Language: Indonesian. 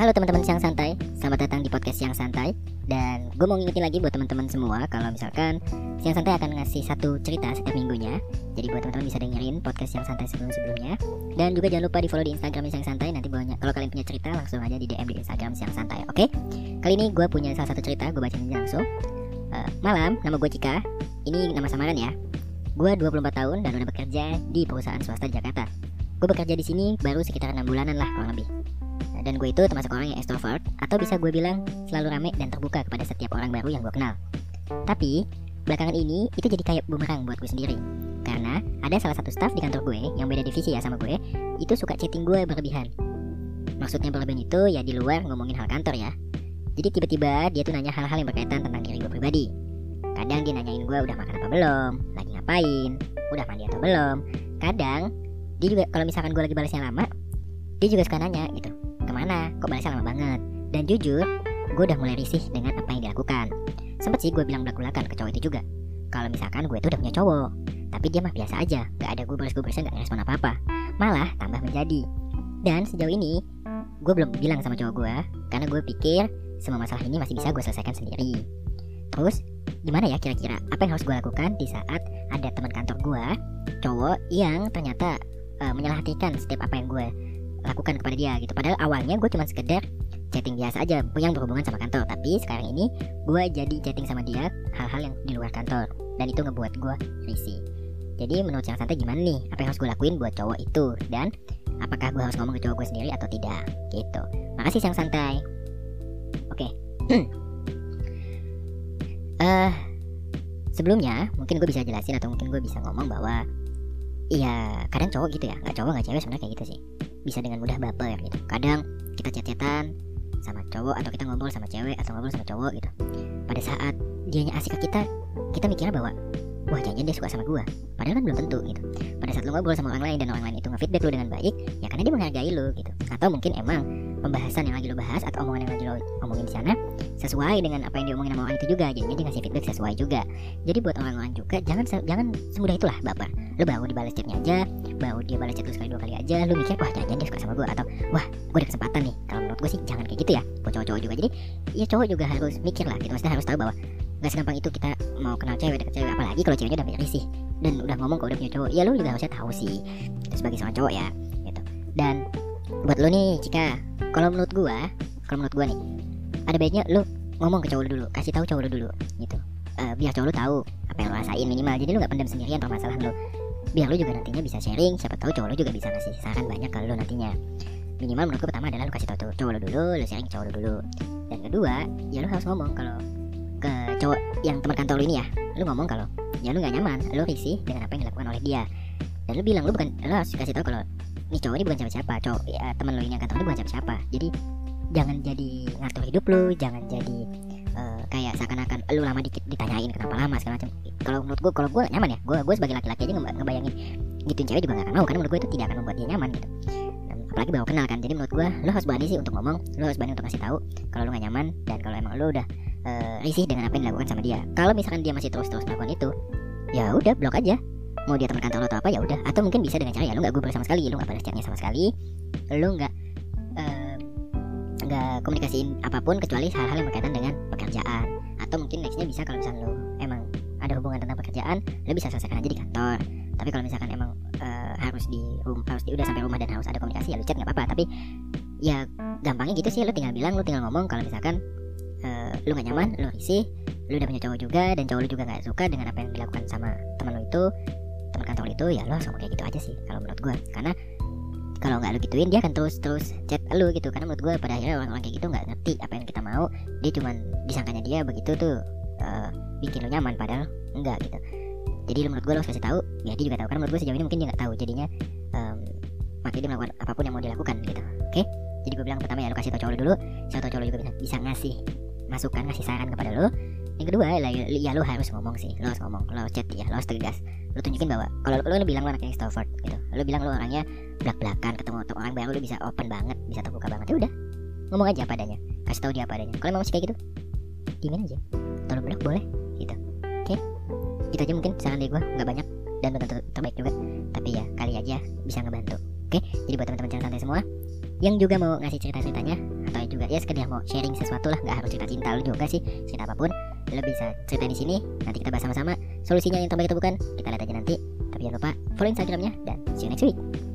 Halo teman-teman Siang Santai, selamat datang di podcast Siang Santai. Dan gue mau ngingetin lagi buat teman-teman semua, kalau misalkan Siang Santai akan ngasih satu cerita setiap minggunya. Jadi buat teman-teman bisa dengerin podcast Siang Santai sebelum-sebelumnya. Dan juga jangan lupa di follow di Instagram Siang Santai. Nanti kalau kalian punya cerita langsung aja di DM di Instagram Siang Santai, oke? Kali ini gue punya salah satu cerita, gue bacain langsung. Malam, nama gue Cika. Ini nama samaran ya. Gue 24 tahun dan udah bekerja di perusahaan swasta di Jakarta. Gue bekerja di sini baru sekitar 6 bulanan lah kurang lebih. Dan gue itu termasuk orang yang extrovert, atau bisa gue bilang selalu ramai dan terbuka kepada setiap orang baru yang gue kenal. Tapi belakangan ini itu jadi kayak bumerang buat gue sendiri, karena ada salah satu staff di kantor gue yang beda divisi ya sama gue, itu suka chatting gue berlebihan. Maksudnya berlebihan itu ya di luar ngomongin hal kantor ya. Jadi tiba-tiba dia tuh nanya hal-hal yang berkaitan tentang diri gue pribadi. Kadang dia nanyain gue udah makan apa belum, lagi ngapain, udah mandi atau belum. Kadang dia juga kalau misalkan gue lagi balasnya lama, dia juga suka nanya gitu, kemana? Kok balasnya lama banget? Dan jujur, gue udah mulai risih dengan apa yang dilakukan. Sempet sih gue bilang belak-belakan ke cowok itu juga, kalau misalkan gue tuh udah punya cowok. Tapi dia mah biasa aja, gak ada gubers-gubersnya, gak ngerespon apa-apa. Malah tambah menjadi. Dan sejauh ini, gue belum bilang sama cowok gue, karena gue pikir semua masalah ini masih bisa gue selesaikan sendiri. Terus, gimana ya kira-kira apa yang harus gue lakukan di saat ada teman kantor gue, cowok yang ternyata menyalahartikan setiap apa yang gue lakukan kepada dia gitu. Padahal awalnya gue cuma sekedar chatting biasa aja yang berhubungan sama kantor, tapi sekarang ini gue jadi chatting sama dia hal-hal yang di luar kantor, dan itu ngebuat gue risih. Jadi menurut Siang Santai gimana nih, apa yang harus gue lakuin buat cowok itu, dan apakah gue harus ngomong ke cowok gue sendiri atau tidak gitu. Makasih Siang Santai. Oke. Sebelumnya mungkin gue bisa jelasin atau mungkin gue bisa ngomong bahwa iya, kadang cowok gitu ya, nggak cowok nggak cewek sebenarnya kayak gitu sih, bisa dengan mudah baper gitu. Kadang kita chat-chatan sama cowok, atau kita ngobrol sama cewek atau ngobrol sama cowok gitu. Pada saat dianya asik ke kita mikirnya bahwa wah jangan dia suka sama gua, padahal kan belum tentu gitu. Pada saat lu ngobrol sama orang lain dan orang lain itu nge-feedback lu dengan baik, ya karena dia menghargai lu gitu. Atau mungkin emang pembahasan yang lagi lu bahas atau omongan yang lagi lu omongin di sana sesuai dengan apa yang diomongin sama orang itu juga, jadinya dia ngasih feedback sesuai juga. Jadi buat orang-orang juga jangan semudah itulah baper. Lu baru dibalas chatnya aja, baru dia balas chat lu sekali dua kali aja, lu mikir wah jangan dia suka sama gua, atau wah gua ada kesempatan nih. Kalau menurut gua sih jangan kayak gitu ya, buat cowok-cowok juga. Jadi ya cowok juga harus mikir lah gitu, maksudnya harus tahu bahwa gak segampang itu kita mau kenal cewek, deket cewek, apalagi kalau ceweknya udah banyak risih dan udah ngomong kalau udah punya cowok. Ya lu juga harusnya tahu sih itu sebagai seorang cowok ya gitu. Dan buat lu nih Cika, kalau menurut gua nih ada baiknya lu ngomong ke cowok lu dulu, kasih tahu cowok lu dulu gitu. Biar cowok lu tahu apa yang lu rasain minimal. Jadi lu gak pendam sendirian permasalahan lu, biar lu juga nantinya bisa sharing. Siapa tahu cowok lu juga bisa ngasih saran banyak ke lu nantinya. Minimal menurut gua pertama adalah lu kasih tahu cowok lu dulu, lu sharing ke cowok lu dulu. Dan kedua, ya lu harus ngomong kalau ke cowok yang teman kantor lu ini ya, lu ngomong kalau ya lu gak nyaman, lu risih dengan apa yang dilakukan oleh dia. Dan lu bilang lu harus kasih tahu kalau nih cowok ini bukan siapa-siapa, cowok ya, teman lu ini yang kantor ini bukan siapa-siapa. Jadi jangan jadi ngatur hidup lu, jangan jadi kayak seakan-akan lu lama dikit ditanyain kenapa lama segala macam. Kalau menurut gue, kalau gue nyaman ya, gue sebagai laki-laki aja ngebayangin gituin cewek juga gak akan mau, karena menurut gue itu tidak akan membuat dia nyaman gitu. Dan apalagi baru kenal kan. Jadi menurut gue lu harus berani sih untuk ngomong, lu harus berani untuk kasih tahu kalau lu gak nyaman, dan kalau emang lu udah risih dengan apa yang dilakukan sama dia. Kalau misalkan dia masih terus melakukan itu, ya udah blok aja. Mau dia teman kantor lo atau apa ya udah. Atau mungkin bisa dengan cara ya lu nggak gubris sama sekali, lu nggak balas chatnya sama sekali, lu nggak komunikasiin apapun kecuali hal-hal yang berkaitan dengan pekerjaan. Atau mungkin nextnya bisa kalau misalkan lu emang ada hubungan tentang pekerjaan, lu bisa selesaikan aja di kantor. Tapi kalau misalkan emang harus udah sampai rumah dan harus ada komunikasi, ya lu chat nggak apa-apa. Tapi ya gampangnya gitu sih, lu tinggal bilang, lu tinggal ngomong kalau misalkan lu gak nyaman, lu risih, lu udah punya cowok juga, dan cowok lu juga gak suka dengan apa yang dilakukan sama teman lu itu, teman kantor lu itu, ya lu harus ngomong kayak gitu aja sih kalau menurut gue. Karena kalau nggak lu gituin, dia akan terus chat lu gitu. Karena menurut gue pada akhirnya orang-orang kayak gitu nggak ngerti apa yang kita mau, dia cuman disangkanya dia begitu tuh bikin lu nyaman, padahal enggak gitu. Jadi lu menurut gue lu harus kasih tahu, ya dia juga tahu. Karena menurut gue sejauh ini mungkin dia nggak tahu, jadinya makanya dia melakukan apapun yang mau dilakukan gitu. Oke? Jadi gue bilang pertama ya lu kasih tau cowok lu dulu, siapa tau cowok lu juga bisa ngasih masukan, ngasih saran kepada lu. Yang kedua ya lu harus ngomong sih, lu harus ngomong, lu harus chat ya, lu harus tegas, lu tunjukin bahwa kalau lu bilang lu anaknya extrovert gitu, lu bilang lu orangnya belak-belakan, ketemu orang baru lu bisa open banget, bisa terbuka banget, ya udah ngomong aja apa adanya, kasih tahu dia apa adanya. Kalau emang masih kayak gitu, diemin aja, kalau blok boleh gitu. Oke? Gitu aja mungkin saran dari gue, nggak banyak dan belum tentu terbaik juga, tapi ya kali aja bisa ngebantu. Oke? Jadi buat teman-teman Siang Santai semua yang juga mau ngasih cerita-ceritanya, atau juga juga ya sekedar mau sharing sesuatu lah, nggak harus cerita cinta lu juga sih, cerita apapun lu bisa cerita di sini, nanti kita bahas sama-sama. Solusinya yang terbaik atau bukan kita lihat aja nanti. Tapi jangan lupa follow Instagramnya dan see you next week.